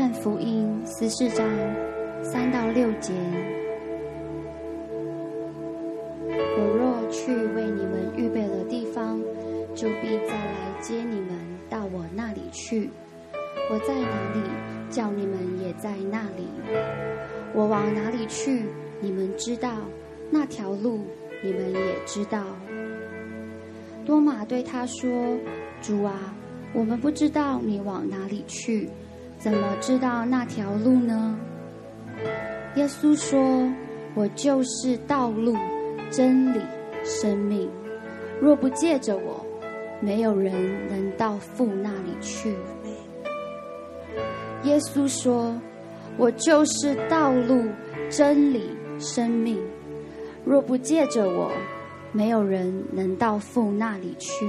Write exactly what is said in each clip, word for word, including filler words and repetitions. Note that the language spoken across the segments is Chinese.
翰福音十四章三到六节：我若去为你们预备了地方，就必再来接你们到我那里去。我在哪里，叫你们也在那里。我往哪里去，你们知道，那条路你们也知道。多马对他说：主啊，我们不知道你往哪里去，怎么知道那条路呢？耶稣说：我就是道路、真理、生命，若不借着我，没有人能到父那里去。耶稣说：我就是道路、真理、生命，若不借着我，没有人能到父那里去。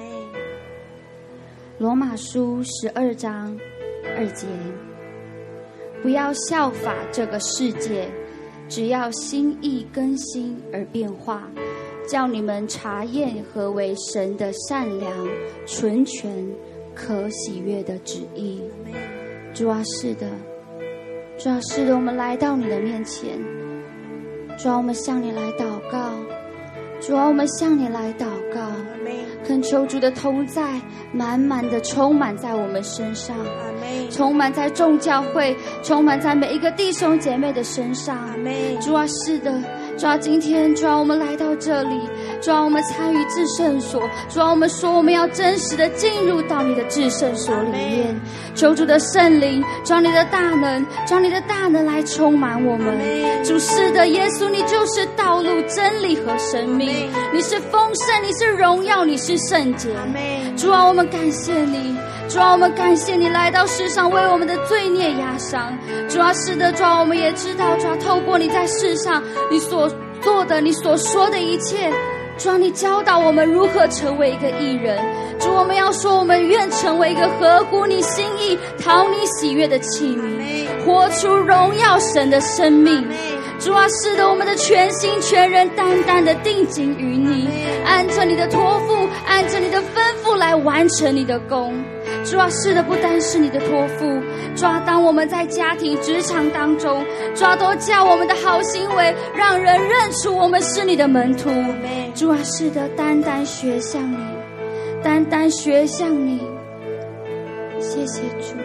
罗马书十二章二节：不要效法这个世界，只要心意更新而变化，叫你们查验何为神的善良、纯全、可喜悦的旨意。主啊，是的，主啊，是的，我们来到你的面前，主啊，我们向你来祷告，主啊，我们向你来祷告，恳求主的同在满满的充满在我们身上，充满在众教会，充满在每一个弟兄姐妹的身上。主啊，是的，主啊，今天主啊，我们来到这里，主啊，我们参与至圣所，主啊，我们说我们要真实的进入到你的至圣所里面，求主的圣灵，主啊，你的大能，主啊，你的大能来充满我们。主，是的，耶稣，你就是道路、真理和生命，你是丰盛，你是荣耀，你是圣洁。主啊，我们感谢你，主啊，我们感谢你来到世上为我们的罪孽压伤。主啊，是的，主啊，我们也知道，主啊，透过你在世上你所做的，你所说的一切，主啊，你教导我们如何成为一个义人。主，我们要说，我们愿成为一个合乎你心意、讨你喜悦的器皿，活出荣耀神的生命。主啊，是的，我们的全心全人单单的定睛于你，按着你的托付，按着你的吩咐来完成你的工。主啊，是的，不单是你的托付，主啊，当我们在家庭、职场当中，主啊，都叫我们的好行为让人认出我们是你的门徒。主啊，是的，单单学像你，单单学像你。谢谢主。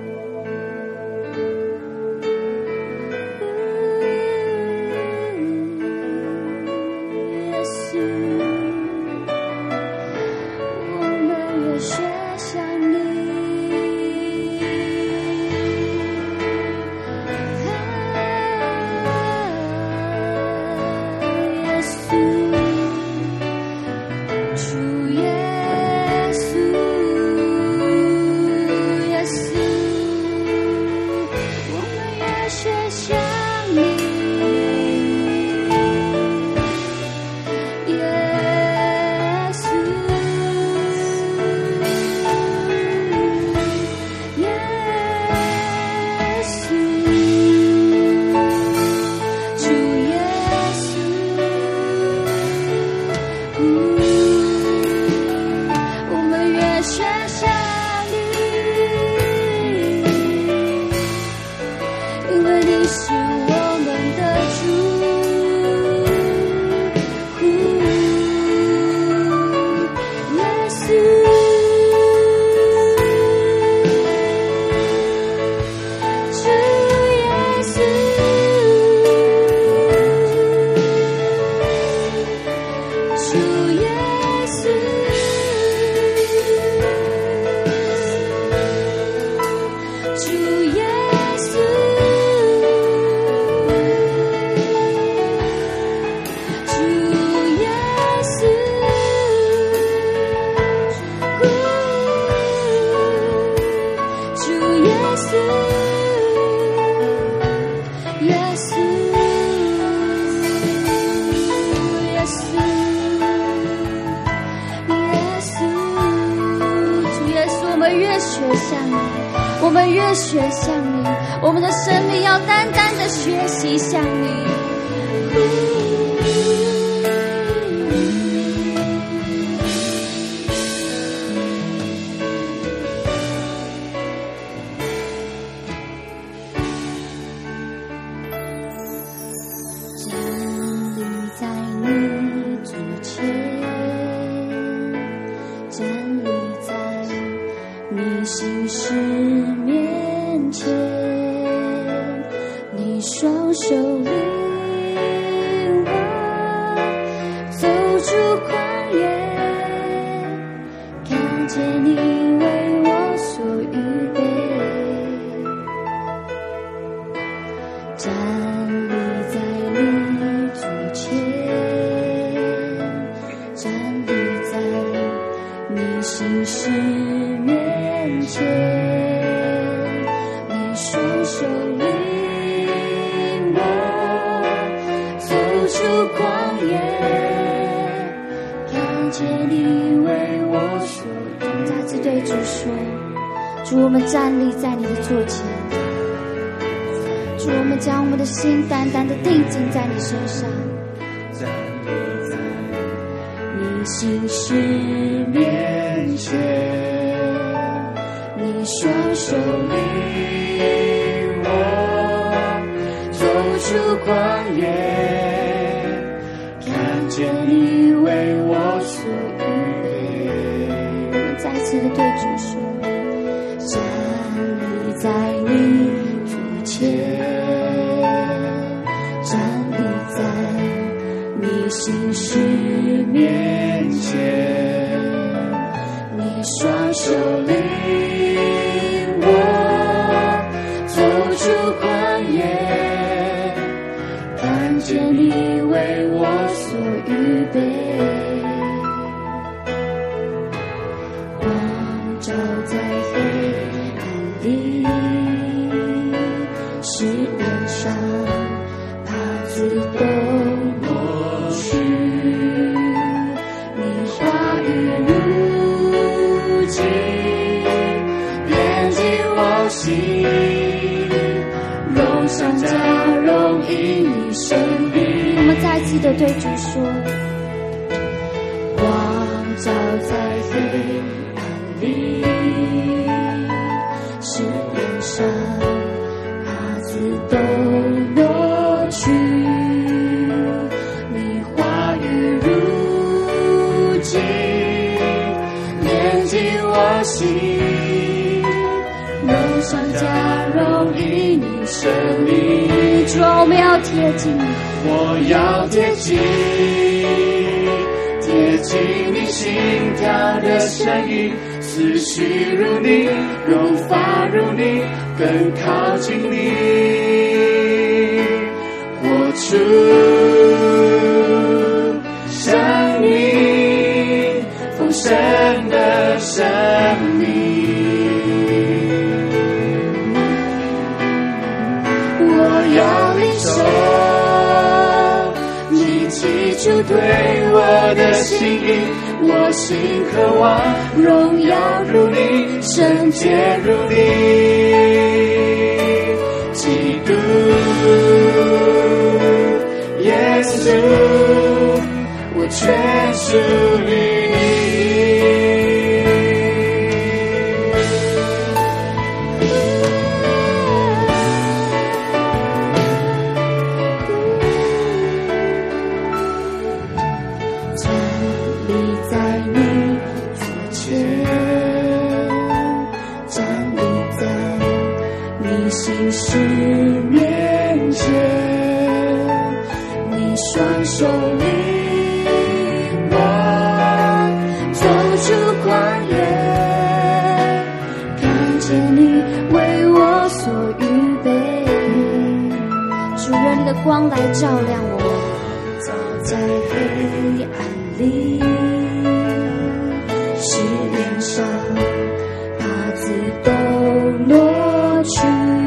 我们越学像你，我们的生命要单单的学习像你。 出旷野，看见你为我所预备，站立在你足前，站立在你心事面前，你双手领我走出旷野，看见你为我所预备。再次对主说，主，我们站立在你的座前，主，我们将我们的心单单的定睛在你身上，站立在你心事面前，你双手领我走出旷野，看见你为我所预备。我们再次的对主说，站立在你座前，站立在你心事面前，你双手领我走出旷野，看见你为我所预备。光照在黑暗里，使脸上帕子都落去，你话语如镜点进我心，荣上加荣因你生命。我们再次的对主说，光照在黑暗里，使脸上帕子都落去，你话语如镜连进我心，荣上加荣因你生命。主啊，我们要贴近你，我要贴近贴近你心跳的声音，思绪如你，柔发如你，更靠近你，活出生命丰盛的生命。我要领受你起初对我的心意，我心渴望荣耀如你，圣洁如你，基督耶稣，我全属于你。心事面前，你双手领我走出旷野，看见你为我所预备，主愿你的光来照亮我们，走在黑暗里，使脸上帕子都落去，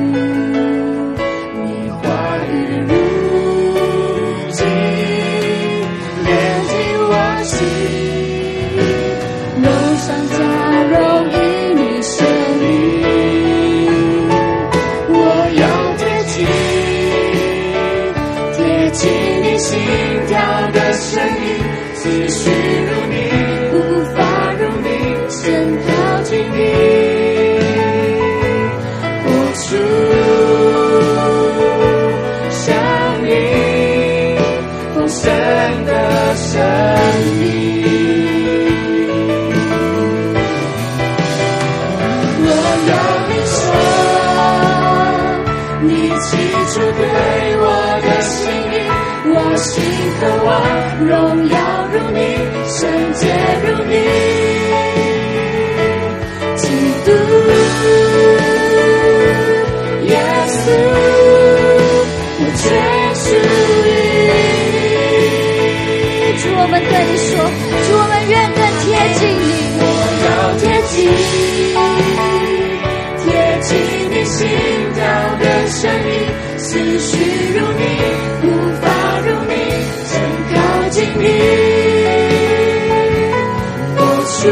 心跳的声音，思绪如你，步伐如你，更靠近你，活出生命丰盛的生命。我要领受你起初对我的心意，我心渴望荣耀如你， 圣洁如你，基督耶稣，我全属于你。 主，我们对你说，主，我们愿更贴近你， 我要贴近，贴近你心跳的声音，思绪如你，无法如你，真靠近你。主，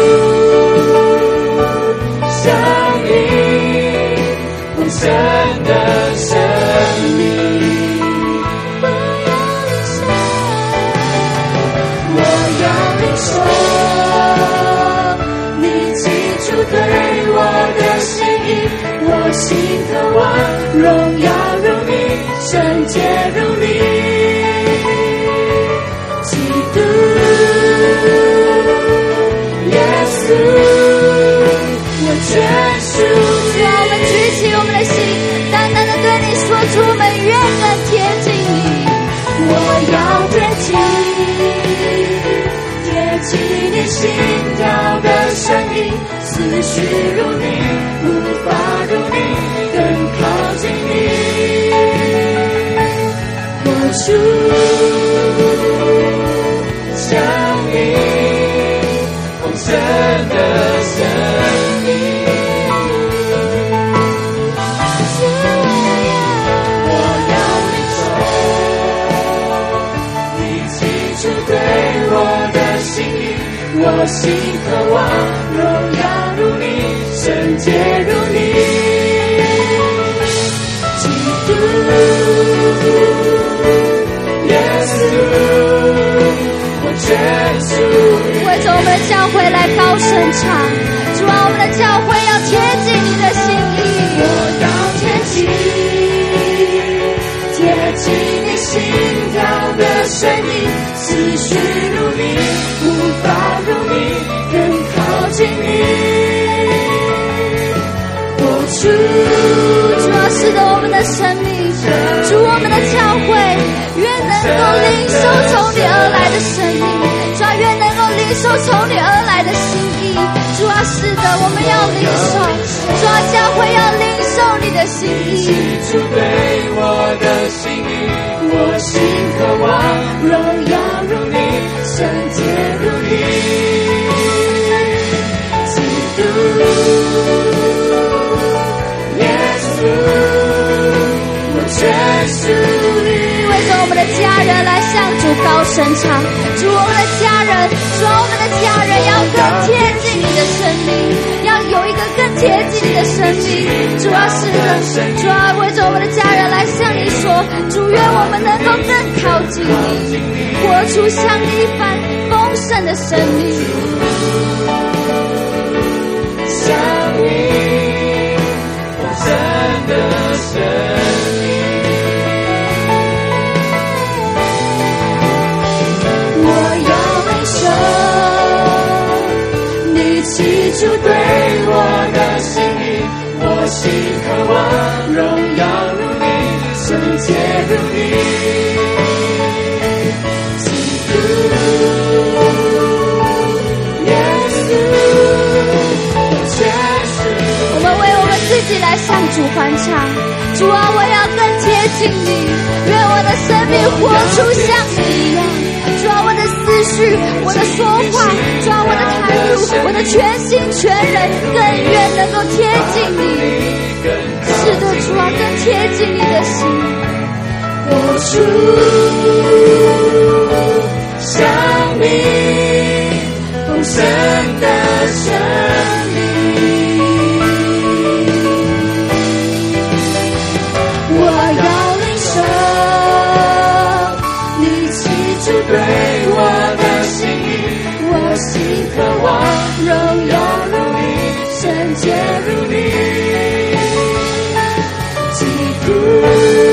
像你丰盛的生命，我要领受你起初对我的心意，我心渴望荣耀如你，圣洁如你，基督我全属于。 主，我们举起我们的心，单单的对你说，主，我们愿更贴近你。 我要贴近，贴近你心跳的声音，思绪如你，无法如你，更靠近你。我主，像你丰盛的生命。我心渴望荣耀如你，圣洁如你，基督耶稣，我全属于。 为着我们的教会来高声唱，主啊，我们的教会要贴近你的心意。 我要贴近，贴近你心跳的声音，思绪如你，无法如你，更靠近你。我主， 主啊，是的，我们的生命，主，我们的教会，愿能够领受从你而来的生命，主啊，愿能够领受从你而来的心意。主啊，是的，我们要领受，主啊，教会要领受你的心意。 主对我的心意，我心渴望荣耀如你，圣洁如你，基督耶稣，我全属于。 为着我们的家人来向主高声唱，主，我们的家人，主，我们的家人要更贴近你的生命，要有一个更贴近你的生命。主啊，是的，主啊，为着我们的家人来向你说，主，愿我们能够更靠近你，活出像你一般丰盛的生命， 像你丰盛的生命。我要领受你起初对我的心意，我心渴望荣耀如你，圣洁如你，基督耶稣，我全属。 我们为我们自己来向主欢唱，主啊，我要更贴近你，愿我的生命活出像你一样。主啊，我的思绪，我的说话，主啊，我的谈入，我的全心全人，更愿能够贴近你。是的，主啊，更贴近你的心。 活出像你丰盛的生命。我要领受你起初对我的心意，我心渴望荣耀如你，圣洁如你，基督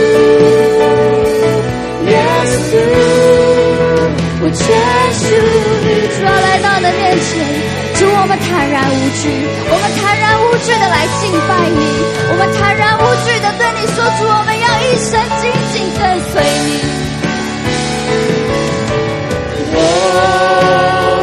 我全属于。 主要来到你的面前，主，我们坦然无惧，我们坦然无惧的来敬拜你，我们坦然无惧的对你说，主，我们要一生紧紧跟随你。 我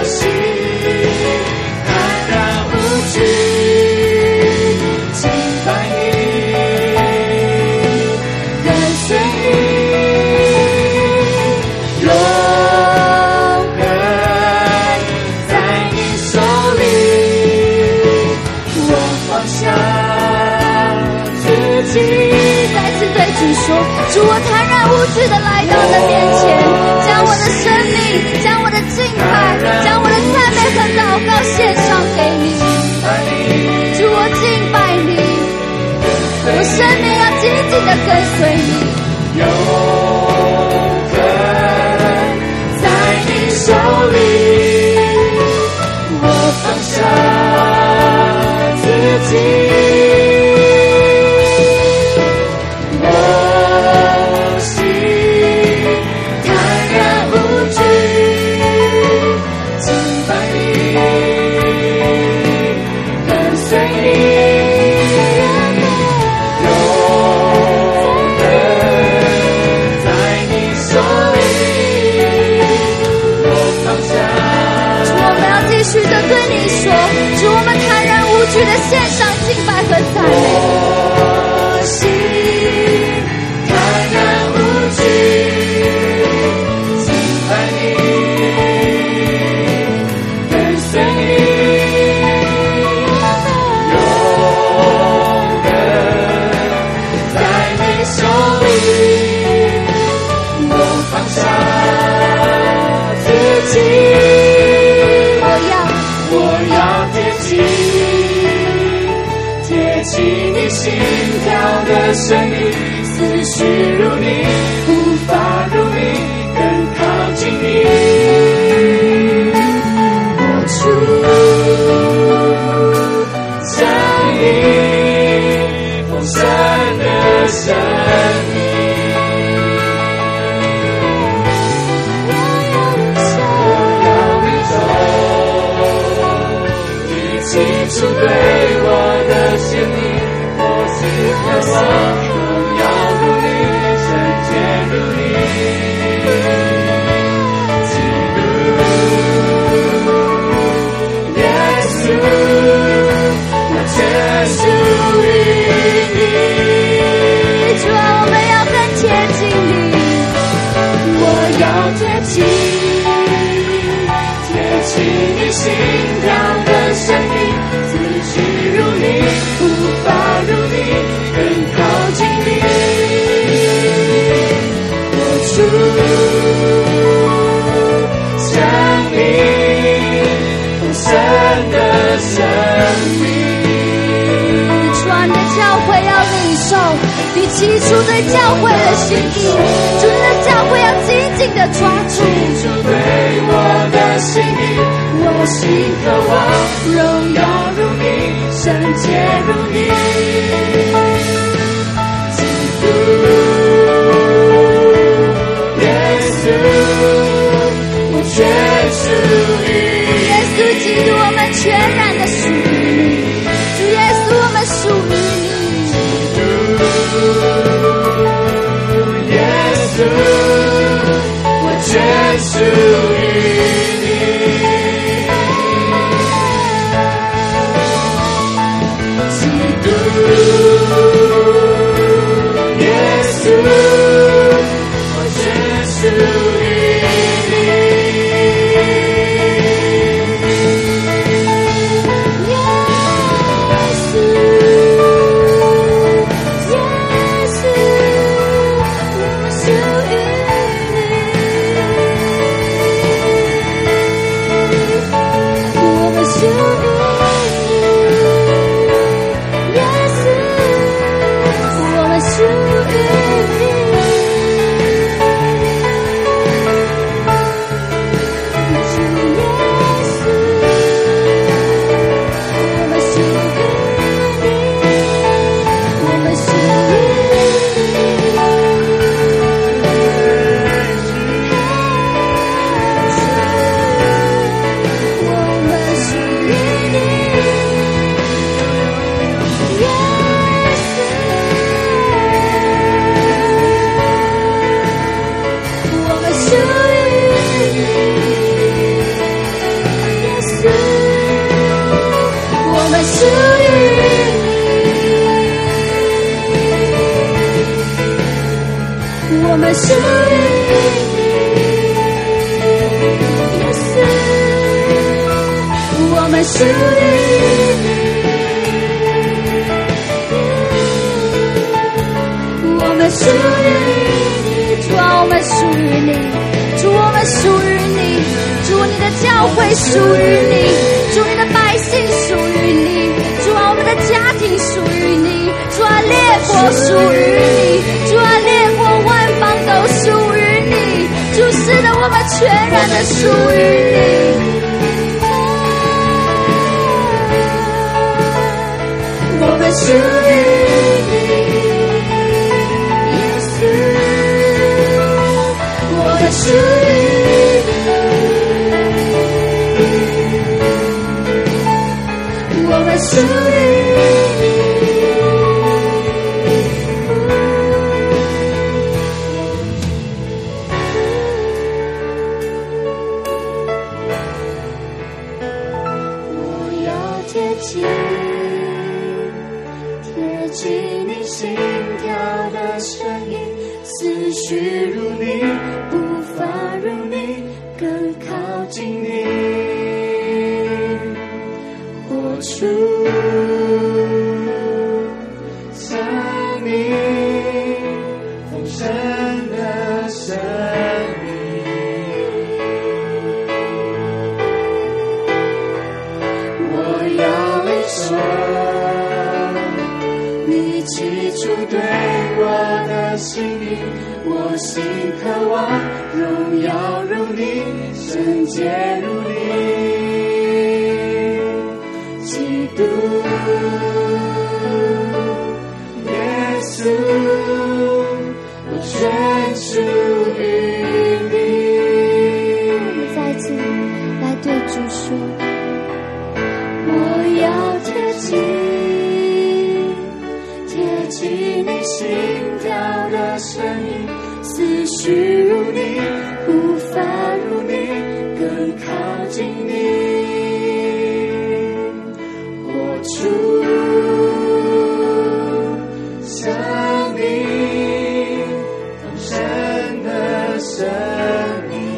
说，主，我坦然无惧的来到你的面前，将我的生命，将我的敬拜，将我的赞美和祷告献上给你。主，我敬拜你，我生命要紧紧的跟随你。 永恒在你手里，我放下自己，我心坦然无惧，敬拜你，跟随你。 继续的对你说，主，我们坦然无惧的献上敬拜和赞美。 我心坦然无惧，敬拜你，跟随你，永恒在你手里，我放下自己。贴近你心跳的声音，思绪如你，无法如你，更靠近你。我主将你丰盛的生命，我要领受你起初对我的心意。渴望荣耀如你，圣洁如你，基督耶稣，我全属于你。 主啊，我们要更贴近你， 我要贴近，贴近你心跳的声音，思绪如你，无法如你。更靠近你，我主将你丰盛的生命。 主啊，你的教会要领受你起初对教会的心意，主，你的教会要紧紧的抓住。 起初对我的心意，我心渴望荣耀如你，圣洁如你。我全属于你， 耶稣基督，我们全然的属于你。主耶稣，我们属于你。耶稣，我全属于你。基督，耶稣，我全属于你。 我们属于你，耶稣，我们属于你，我们属于你，主啊，我们属于你，主，我们属于你，主，你的教会属于你，主，你的百姓属于你，主啊，我们的家庭属于你，主啊，列国属于你，主啊，列国万邦都属于你，主，是的，我们全然的属于你。 我们属于你，耶稣，我们属于你，我们属于你。我要贴近。贴近你心跳的声音，思绪如你，步伐如你，更靠近你，活出像你丰盛的生命。我要领受你起初对我的心意，我心渴望荣耀如你，圣洁如你，基督耶稣，我全属于你。 我们再次来对主说， 我要贴近贴近你心跳的声音，思绪如你，步伐如你，更靠近你，活出像你丰盛的生命。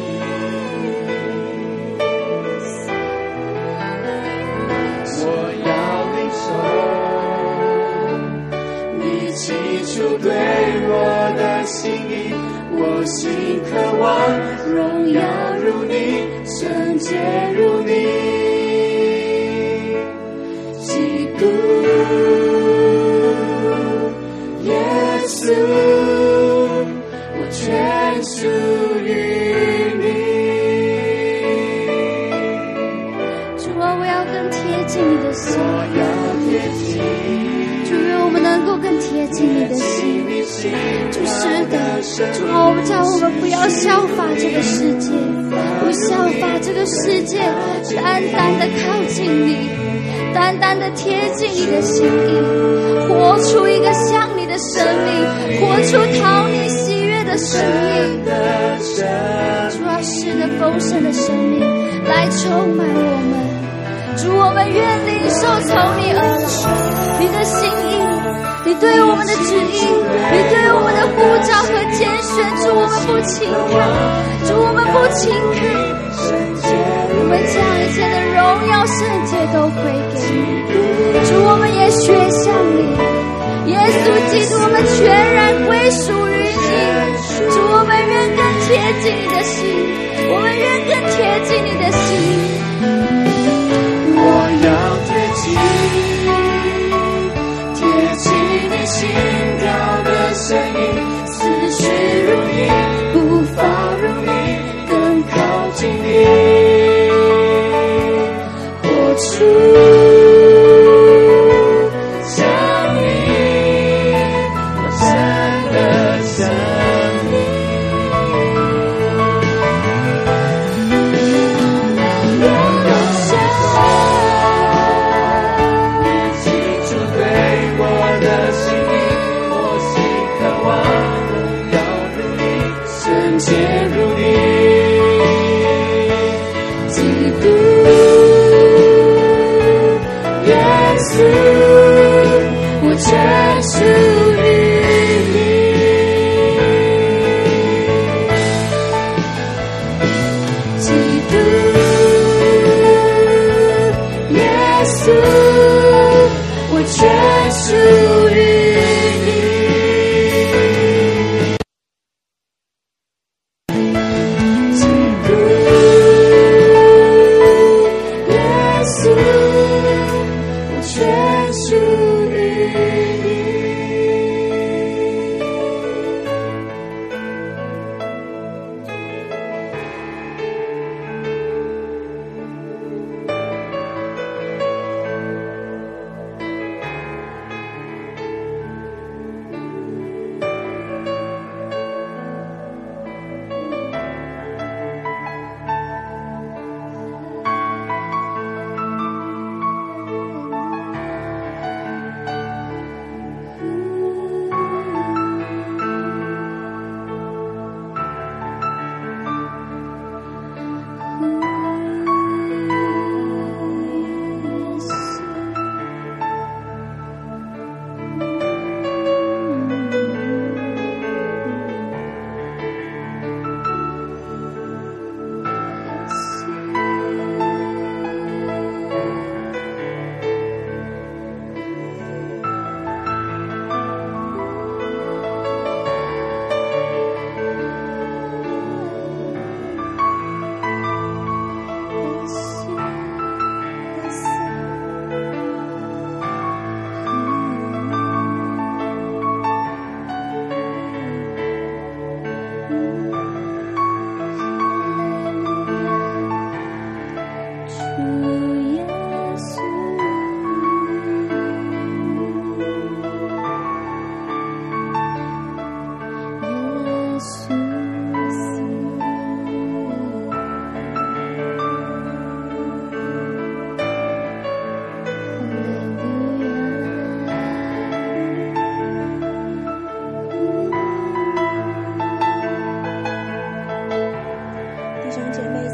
我要领受你起初对我的心意，我心渴望荣耀如你，圣洁如你，基督耶稣，我全属于你。 主啊，我要更贴近你的心， 我要贴近， 主，愿我们能够更贴近你的心。主，是的，主啊，我们叫我们不要效法这个世界，不效法这个世界，单单的靠近你，单单的贴近你的心意，活出一个像你的生命，活出讨你喜悦的生命。主啊，是的，丰盛的生命来充满我们。主，我们愿领受从你而来你的心意，你对我们的旨意，你对我们的呼召和拣选。主，我们不轻看，主，我们不轻看，我们将一切的荣耀圣洁都归给你。主，我们也学像你，耶稣基督，我们全然归属于你。主，我们愿更贴近你的心，我们愿更贴近你的心。 我要贴近，贴近你心跳的声音，思绪如你，步伐如你，更靠近你，活出像你丰盛的生命。我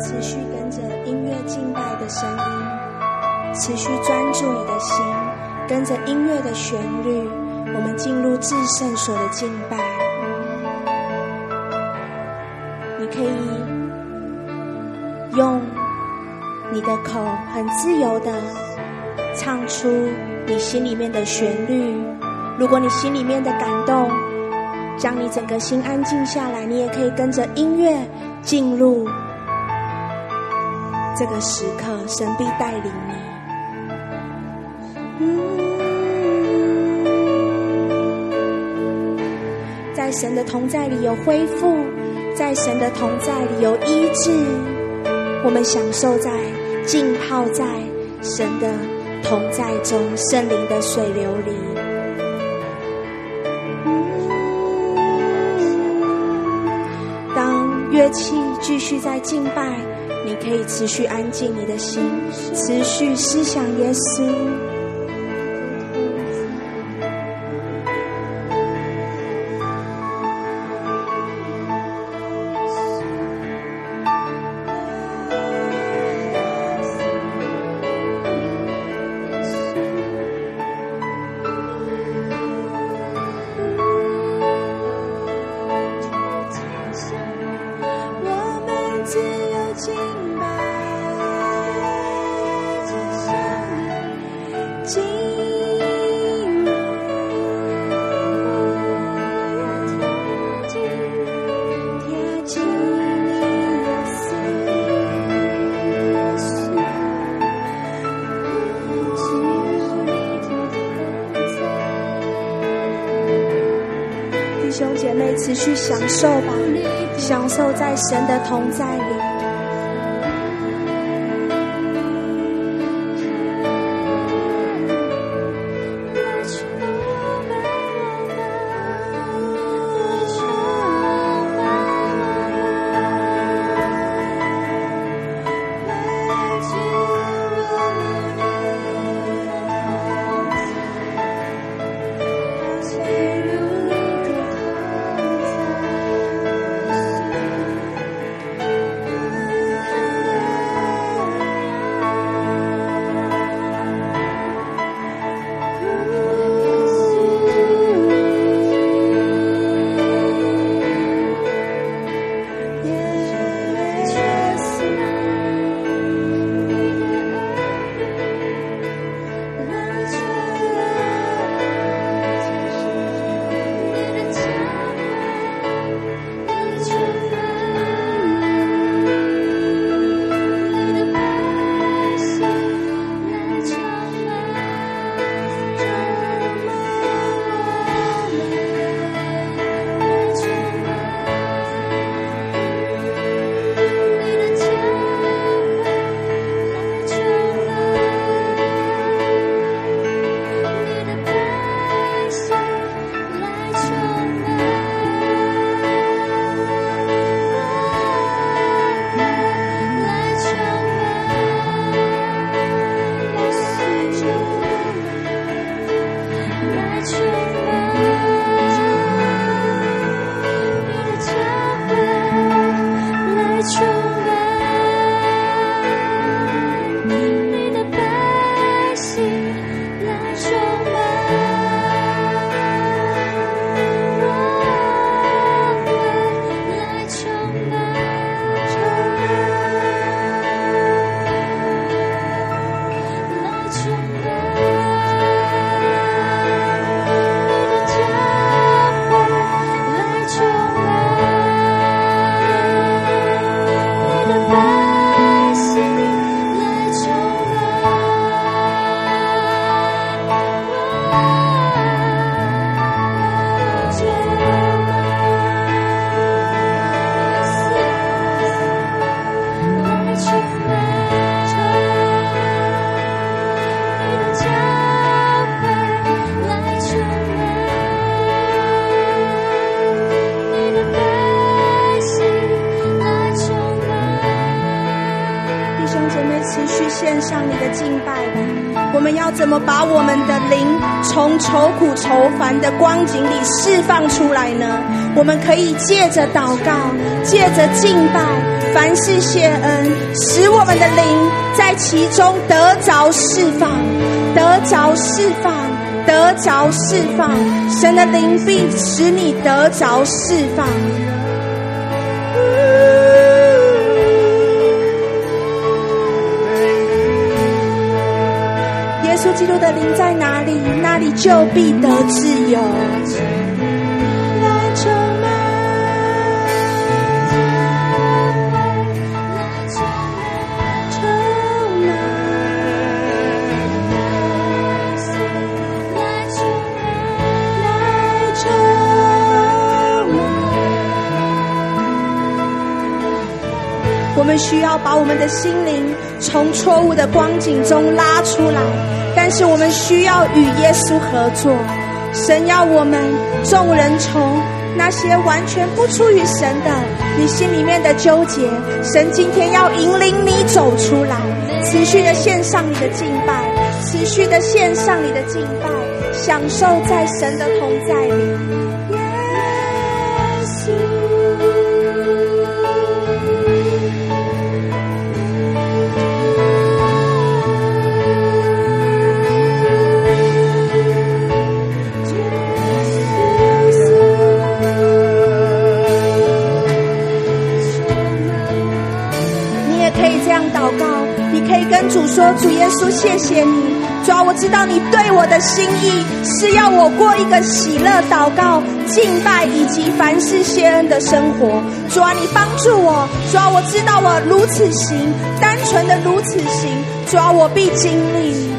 持续跟着音乐敬拜的声音，持续专注你的心，跟着音乐的旋律，我们进入至圣所的敬拜。你可以用你的口很自由的唱出你心里面的旋律。如果你心里面的感动将你整个心安静下来，你也可以跟着音乐进入这个时刻，神必带领你。在神的同在里有恢复，在神的同在里有医治，我们享受在浸泡在神的同在中，圣灵的水流里。当乐器继续在敬拜，你可以持续安静你的心，持续思想耶稣。弟兄姐妹，持续享受吧，享受在神的同在里。献上你的敬拜吧。我们要怎么把我们的灵从愁苦愁烦的光景里释放出来呢？我们可以借着祷告，借着敬拜， 凡事谢恩，使我们的灵在其中得着释放，得着释放，得着释放。神的灵必使你得着释放。耶稣基督的灵在哪里，那里就必得自由。来充满，充满，来充满。我们需要把我们的心灵从错误的光景中拉出来，但是我们需要与耶稣合作。神要我们众人从那些完全不出于神的你心里面的纠结，神今天要引领你走出来，持续的献上你的敬拜，持续的献上你的敬拜，享受在神的同在里。耶稣，祷告，你可以跟主说，主耶稣谢谢你，主啊，我知道你对我的心意是要我过一个喜乐祷告敬拜以及凡事谢恩的生活。主啊，你帮助我，主啊，我知道我如此行，单纯的如此行，主啊，我必经历。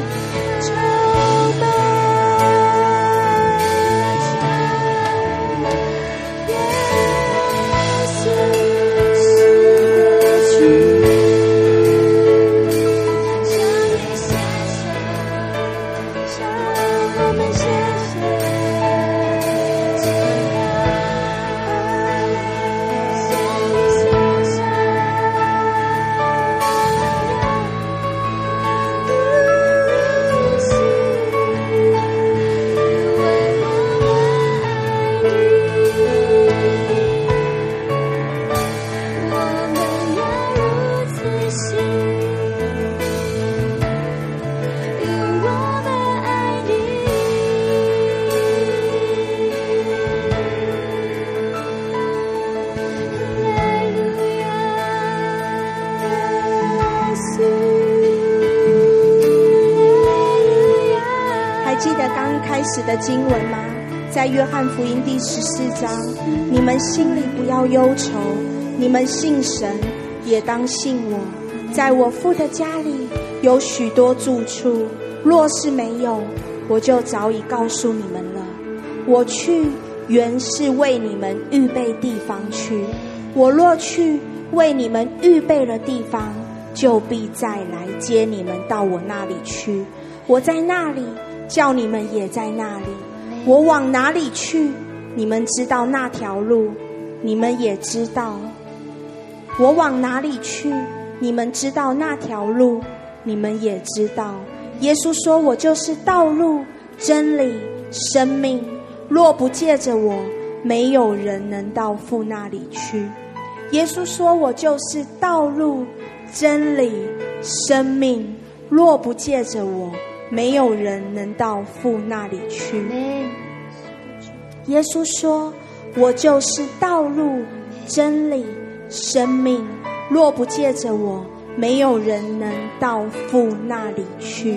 的经文吗？在约翰福音第十四章，你们心里不要忧愁，你们信神也当信我，在我父的家里有许多住处，若是没有，我就早已告诉你们了。我去原是为你们预备地方去，我若去为你们预备了地方，就必再来接你们到我那里去。我在那里，叫你们也在那里。我往哪里去，你们知道那条路，你们也知道。我往哪里去，你们知道那条路，你们也知道。耶稣说，我就是道路、真理、生命，若不借着我，没有人能到父那里去。耶稣说，我就是道路、真理、生命，若不借着我，没有人能到父那里去。耶稣说，我就是道路、真理、生命，若不借着我，没有人能到父那里去。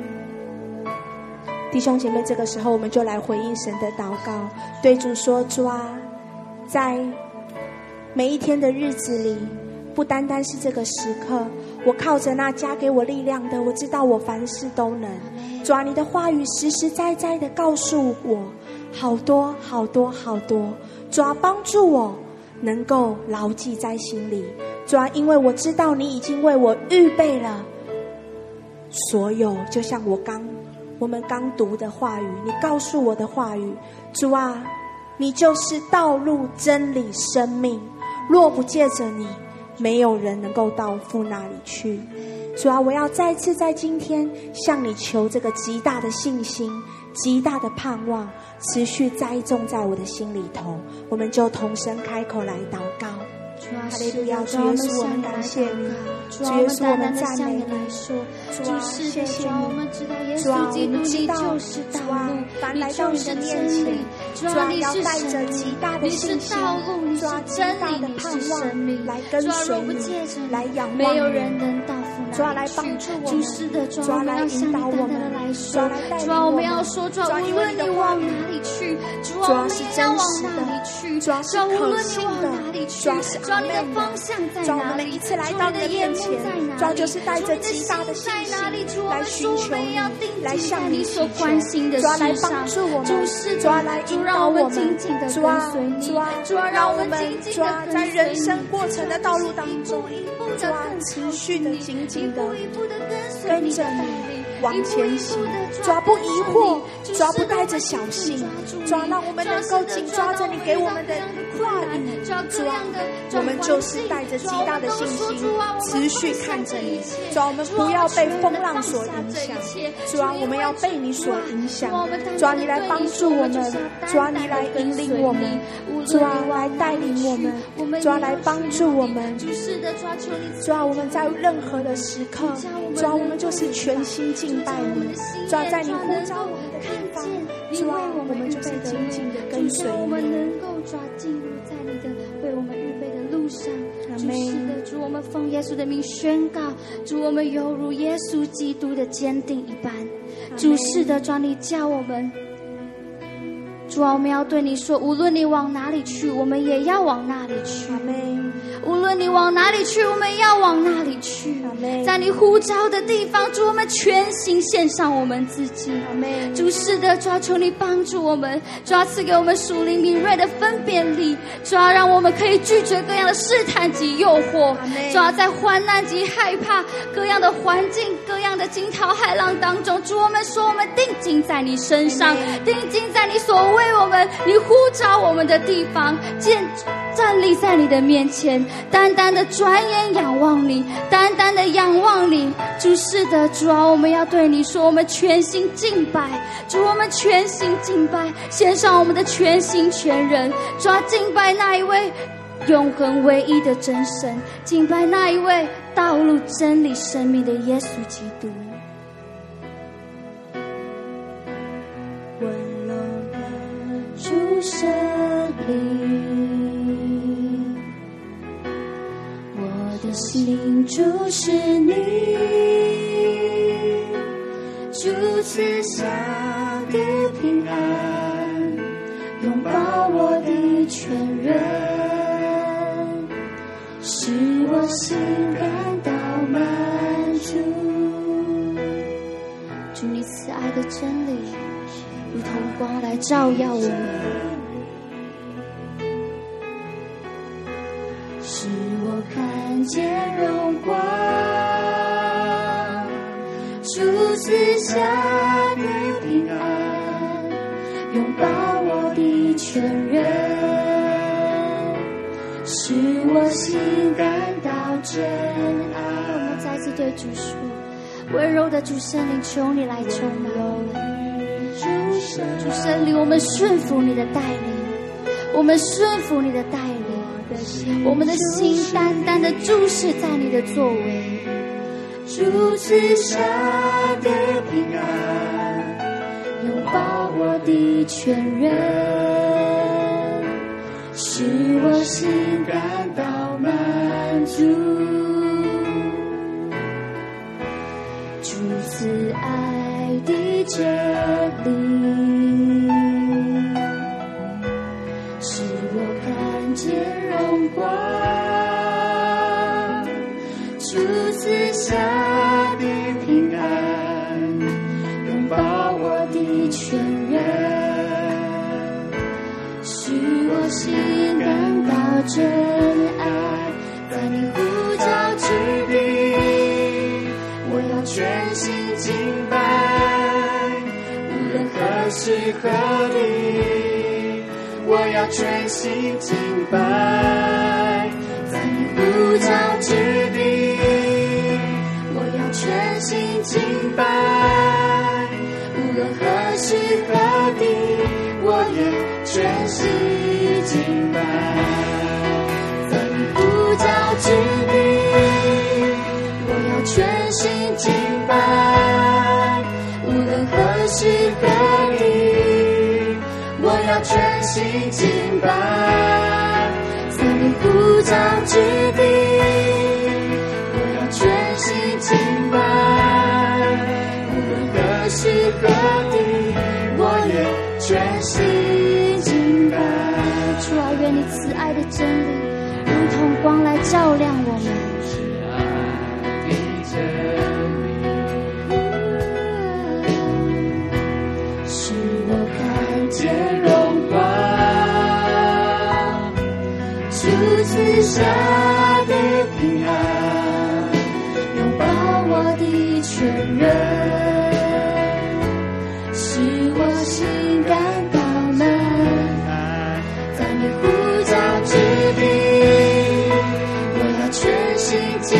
弟兄姐妹，这个时候我们就来回应神的祷告，对主说，主啊，在每一天的日子里，不单单是这个时刻，我靠着那加给我力量的，我知道我凡事都能。主啊，你的话语实实在在的告诉我好多好多好多。主啊，帮助我能够牢记在心里。主啊，因为我知道你已经为我预备了所有，就像我刚我们刚读的话语，你告诉我的话语。主啊，你就是道路、真理、生命，若不借着你，没有人能够到父那里去。主啊，我要再次在今天向你求这个极大的信心、极大的盼望，持续栽种在我的心里头。我们就同声开口来祷告。 哈利路亚！主耶稣，我们感谢你，主耶稣，我们赞美你。主啊，谢谢你。主啊，我们知道，主啊，凡来到你的面前，主啊，你要带着极大的信心，主啊，极大的盼望来跟随你，来仰望你。主啊，来帮助我们，主啊，来引导我们，主啊，来带领我们。主啊，无论你往哪里去，主啊，是真实的，主啊，是可信的，主啊，是阿们的。主啊，我们一次来到你的面前，主啊，就是带着极大的信心来寻求你，来向你祈求。主啊，来帮助我们，主啊，来引导我们。主啊，主啊，主啊，让我们主啊，在人生过程的道路当中，主啊，持续的紧紧的跟着你往前行，主啊，不疑惑，主啊，不带着小心，主啊，让我们能够紧抓着你给我们的话语，主啊，我们就是带着极大的信心持续看着你，主啊，我们不要被风浪所影响，主啊，我们要被你所影响，主啊，你来帮助我们，主啊，你来引领我们，主啊，来带领我们，主啊，来帮助我们，主啊，我们在任何的时刻，主啊，我们就是全心敬拜你，主啊，在你呼召我们的地方，主啊，我们就是紧紧的跟随你，我们能够抓进入在你的为我们预备的路上。主是的，主，我们奉耶稣的名宣告，主，我们犹如耶稣基督的坚定一般。主是的，主，你叫我们，主啊，我们要对你说，无论你往哪里去，我们也要往那里去。阿们。无论你往哪里去，我们要往那里去。在你呼召的地方，主，我们全心献上我们自己。主是的，主啊，求你帮助我们，主啊，赐给我们属灵敏锐的分辨力，主啊，让我们可以拒绝各样的试探及诱惑，主啊，在患难及害怕各样的环境、各样的惊涛骇浪当中，主，我们说我们定睛在你身上，定睛在你所为我们、你呼召我们的地方，见站立在你的面前，单单的转眼仰望你，单单的仰望你。主是的，主啊，我们要对你说，我们全心敬拜，主，我们全心敬拜，献上我们的全心全人，主啊，敬拜那一位永恒唯一的真神，敬拜那一位道路真理生命的耶稣基督。温柔的主圣灵，我的心注视你，主赐下的平安，拥抱我的全人，使我心感到满足。主，你慈爱的真理如同光来照耀我们，使我看见荣光，主赐下的平安，拥抱我的全人，使我心感到真爱。我们再次对主说，温柔的主圣灵，求你来充满我们。主圣灵，我们顺服你的带领，我们顺服你的带领，我们的心单单的注视在你的作为。主赐下的平安，拥抱我的全人，使我心感到满足。主赐爱的真理，使我看见荣光，主赐下的平安，拥抱我的全人，使我心感到真爱。在你呼召之地，我要全心敬拜，无论何时何地，我要全心敬拜。在你呼召之地，我要全心敬拜，无论何时何地，我也全心敬拜。在你呼心敬拜，在你呼召之地，我要全心敬拜，无论何时何地，我也全心敬拜。 主啊，愿你慈爱的真理如同光来照亮我们。 使我看见荣光，主赐下的平安，拥抱我的全人，使我心感到满，在你呼召之地，我要全心敬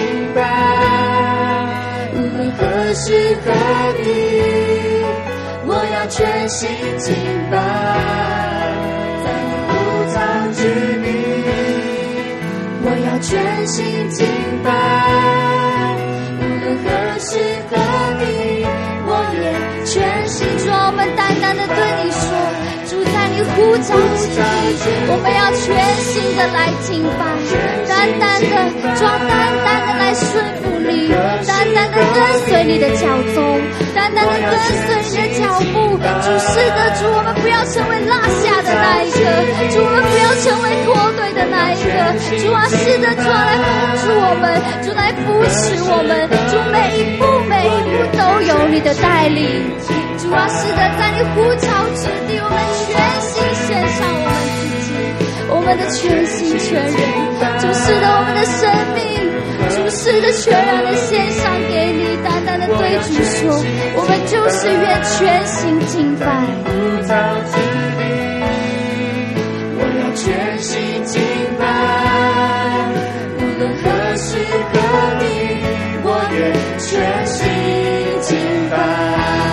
拜，无论何时何地，我要全心敬拜，在你呼召之地，我要全心敬拜，无论何时何地，我也全心。 主啊，我们单单的对你说，主在你呼召之地，我们要全心的来敬拜，单单的，主啊，单单的来顺服你，单单的跟随你的脚踪，单单的跟随你的脚步。主是的，主，我们不要成为落下的那一个，主，我们不要成为脱队的那一个。主啊，是的，主啊，来帮助我们，主来扶持我们，主每一步每一步都有你的带领。主啊，是的，在你呼召之地，我们全心献上我们自己，我们的全心全人。主是的，我们的生命，主是的，全然的献上给你，单单的对主说，我们就是愿全心敬拜。 呼召之地，我要全心敬拜，无论何时何地，我也全心敬拜。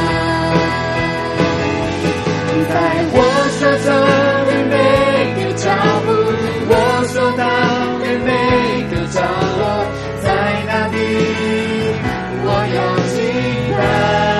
在我所走的每个脚步，我所到的每个角落，在哪里我要敬拜。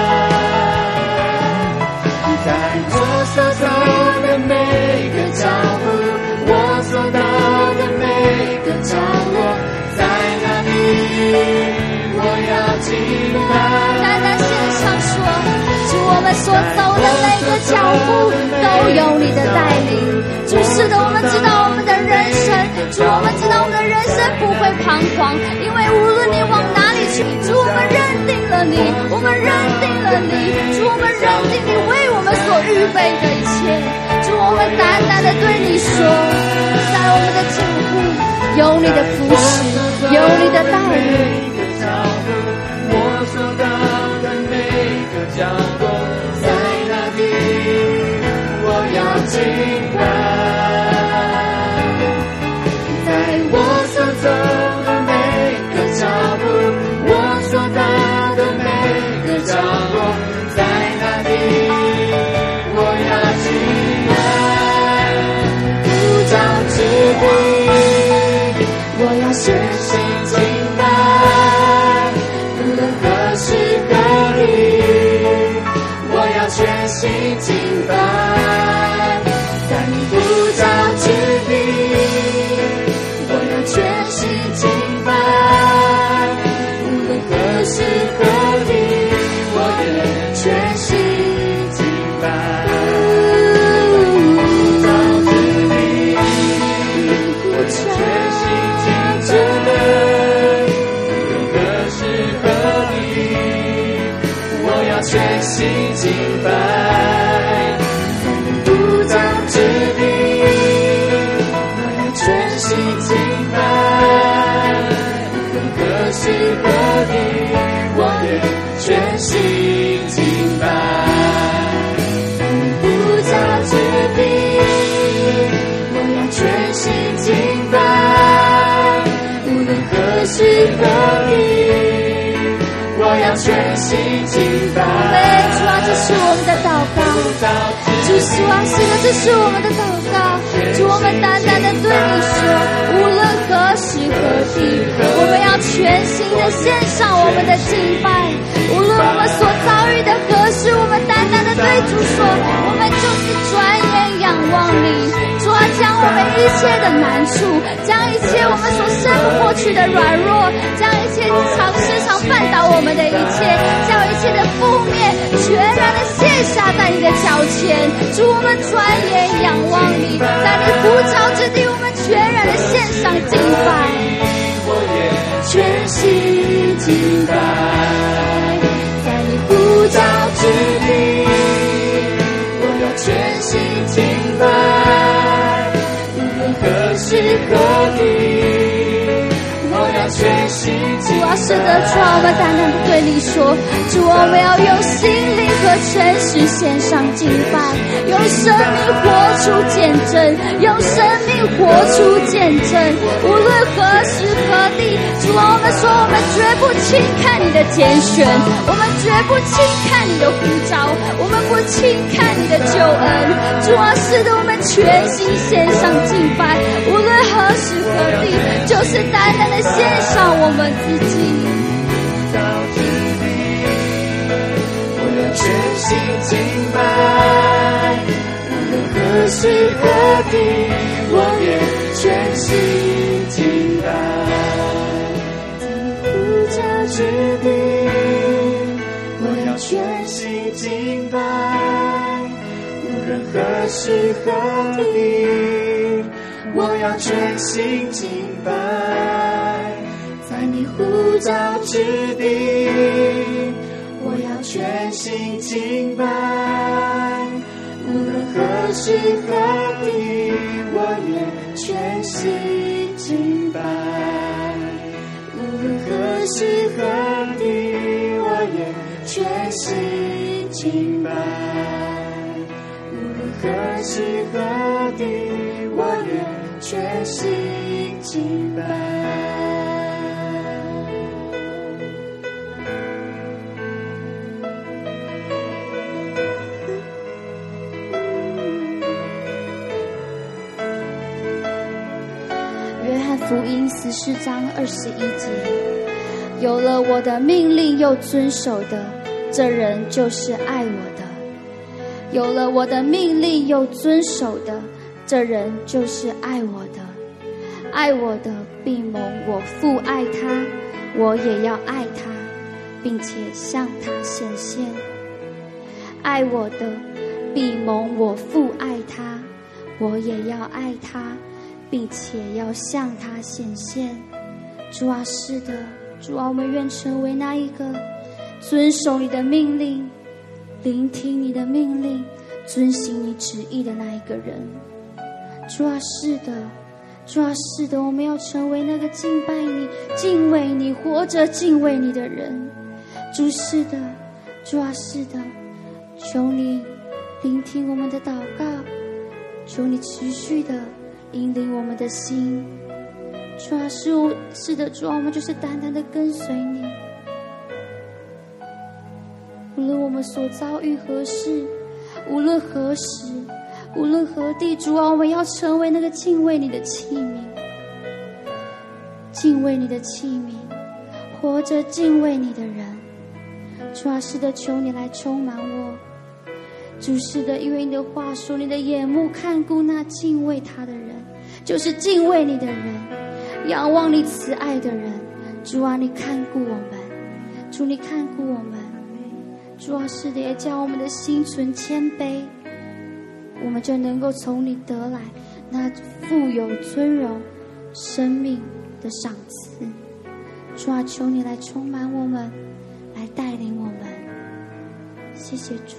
在我所走的每个脚步，我所到的每个角落，在哪里我要敬拜。 单单献上说，主，我们所走的每个脚步都有你的带领。主是的，我们知道我们的人生，主，我们知道我们的人生不会彷徨，因为无论你往哪里去，主，我们认定了你，我们认定了你，主，我们认定你为我们所预备的一切。主，我们单单的对你说，在我们的脚步有你的扶持，有你的带领。 我所到的每个角落，在哪里我要敬拜。在我所走的每个脚步，我所到的每个角落，在哪里我要敬拜。呼召之地，我要全心敬拜，无论何时何地，我要全心敬拜。在你呼召之地，我要全心敬拜，无论何时何地，我也全心敬拜。呼召之地，我全心敬拜，无论何时何地，我要全心敬拜。在你呼召之地，我要全心敬拜，无论何时何地，我也全心敬拜。在你呼召之地，我要全心敬拜，无论何时何地，我要全心敬拜。 主啊，这是我们的祷告。主是啊，是的，这是我们的祷告。主，我们单单的对你说，无论何时何地，我们要全心的献上我们的敬拜。无论我们所遭遇的何事，我们单单的对主说，我们就是转眼仰望你。主啊，将我们一切的难处，将一切我们所胜不过去的软弱，将一切常时常绊倒我们的一切，将一切的负面全然的卸下在你的脚前。主，我们转眼仰望你，在你呼召之地，我们全然的献上敬拜。 我也全心敬拜，在你呼召之地，我要全心敬拜，无论何时何地，我要全心敬拜。 主啊，是的，主啊，我们单单的对你说，主啊，我们要用心灵和诚实献上敬拜，用生命活出见证，用生命活出见证，无论何时何地。主啊，我们说我们绝不轻看你的拣选，我们绝不轻看你的呼召，我们不轻看你的救恩。主啊，是的，我们全心献上敬拜，无论何时何地，就是单单的献上我们自己。 我要全心敬拜，无论何时何地，我也全心敬拜。之地，我要全心敬拜，无论何时何地，我要全心敬拜，在你呼召之地，我要全心敬拜，无论何时何地，我也全心敬拜。无论何时何地，我也全心敬拜，无论何时何地，我也全心敬拜。 约翰福音十四章二十一节，有了我的命令又遵守的，这人就是爱我的；有了我的命令又遵守的，这人就是爱我的。爱我的必蒙我父爱他，我也要爱他，并且向他显现。爱我的必蒙我父爱他，我也要爱他，并且要向他显现。主啊，是的，主啊，我们愿成为那一个遵守你的命令，聆听你的命令，遵行你旨意的那一个人。主啊，是的，主啊，是的，我们要成为那个敬拜你、敬畏你、活着敬畏你的人。主，是的，主啊，是的，求你聆听我们的祷告，求你持续的引领我们的心。主啊，是我是的，主啊，我们就是单单的跟随你。无论我们所遭遇何事，无论何时，无论何地，主啊，我们要成为那个敬畏你的器皿，敬畏你的器皿，活着敬畏你的人。主啊，是的，求你来充满我。主，是的，因为你的话说，你的眼目看顾那敬畏他的人，就是敬畏你的人，仰望你慈爱的人。主啊，你看顾我们，主，你看顾我们。主啊，是的，也叫我们的心存谦卑，我们就能够从你得来那富有尊荣生命的赏赐。主啊，求你来充满我们，来带领我们。谢谢主。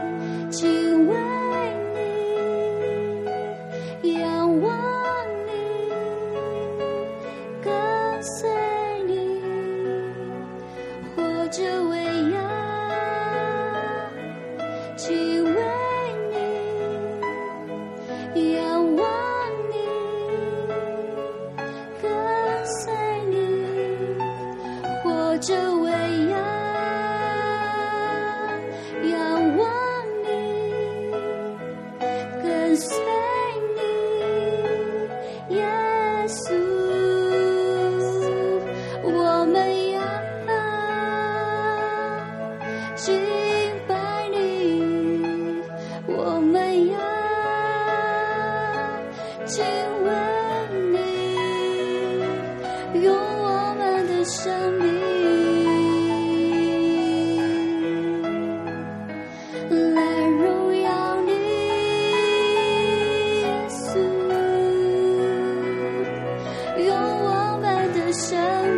仰望你， 敬拜你，我们要敬畏你，用我们的生命来荣耀你，耶稣，用我们的生命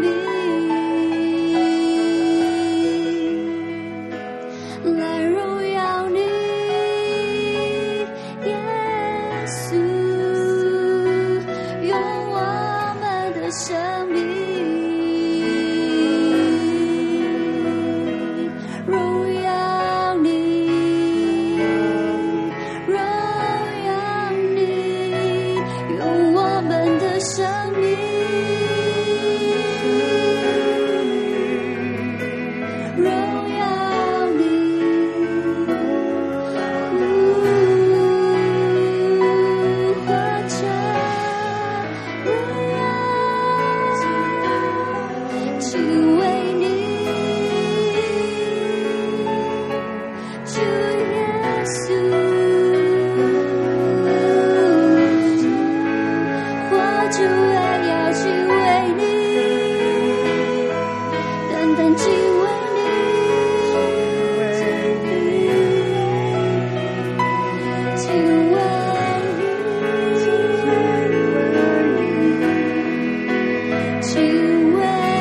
来荣耀你，耶稣，用我们的生命荣耀你，荣耀你，用我们的生命荣耀你，活着荣耀，敬畏你，主耶稣，活着为要敬畏你，单单敬畏你，敬畏你，敬畏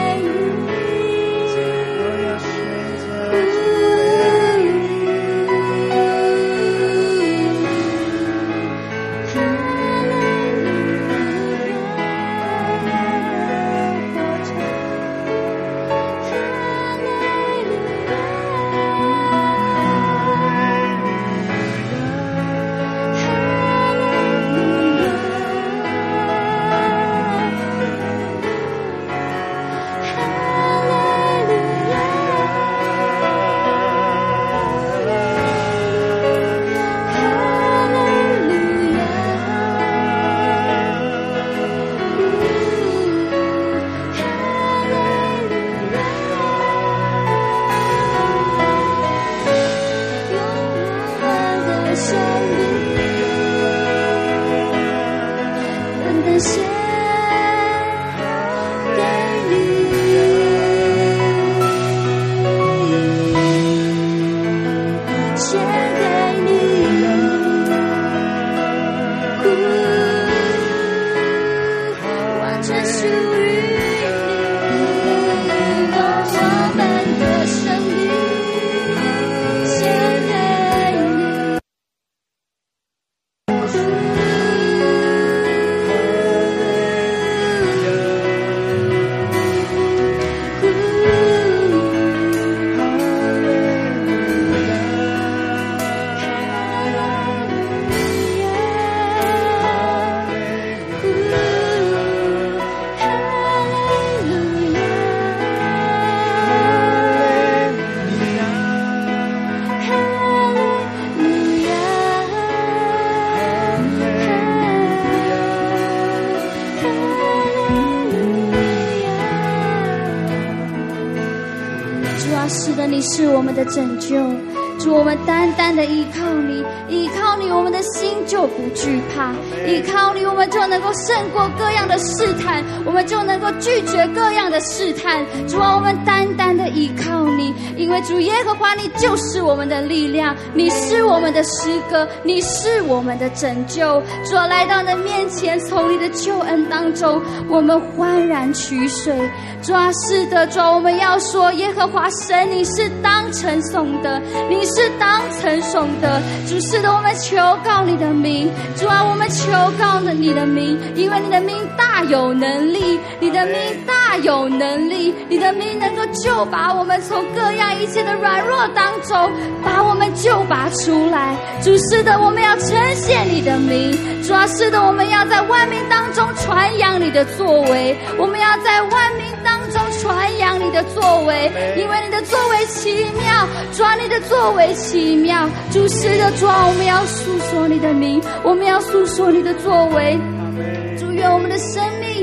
是的，你是我们的拯救，主，我们单单的依靠你，依靠你，我们的心就不惧怕；依靠你，我们就能够胜过各样的试探，我们就能够拒绝各样的试探。主啊，我们单单的依靠你，因为主耶和华，你就是我们的力量，你是我们的诗歌，你是我们的拯救。主啊，来到你的面前，从你的救恩当中，我们欢然取水。主啊，是的，主啊，我们要说，耶和华神，你是当称颂的，你是当称颂的。主，是的，我们求告你的名，主啊，我们求告了你的名，因为你的名大有能力，你的名大有能力，你的名能够救拔我们从各样一切的软弱当中，把我们救拔出来。主，是的，我们要呈现你的名。主啊，是的，我们要在万民当中传扬你的作为，我们要在万民当中传扬你的作为，因为你的作为奇妙。主啊，你的作为奇妙。主，是的，主啊，我们要诉说你的名，我们要诉说你的作为。主，愿我们的生命就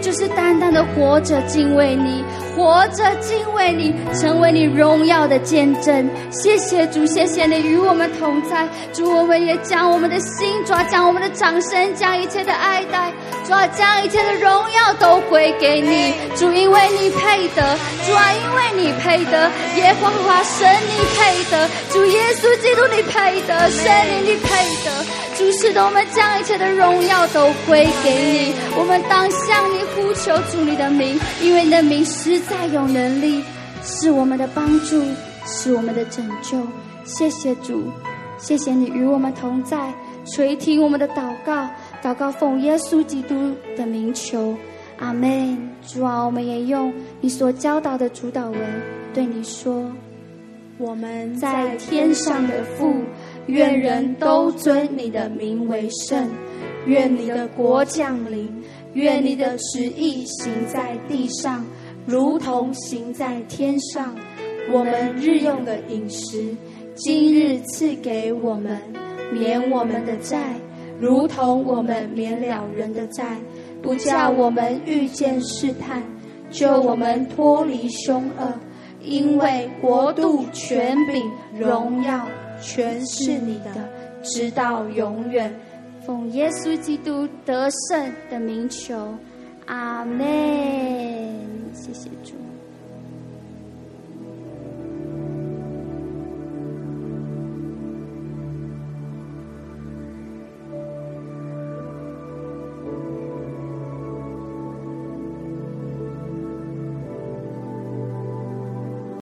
就是单单的活着敬畏你，活着敬畏你，成为你荣耀的见证。谢谢主，谢谢你与我们同在。主，我们也将我们的心，主啊，将我们的掌声，将一切的爱戴，主啊，将一切的荣耀都归给你。主，因为你配得，主啊，因为你配得，耶和华神你配得，主耶稣基督你配得，圣灵你配得。主，是的，我们将一切的荣耀都归给你。我们当向你呼求主你的名，因为你的名实在有能力，是我们的帮助，是我们的拯救。谢谢主，谢谢你与我们同在，垂听我们的祷告，祷告奉耶稣基督的名求，阿们。主啊，我们也用你所教导的主导文对你说： 我们在天上的父，愿人都尊你的名为圣，愿你的国降临，愿你的旨意行在地上，如同行在天上。我们日用的饮食，今日赐给我们，免我们的债，如同我们免了人的债，不叫我们遇见试探，救我们脱离凶恶。因为国度、权柄、荣耀，全是你的，直到永远。奉耶稣基督得胜的名求，阿们。谢谢主。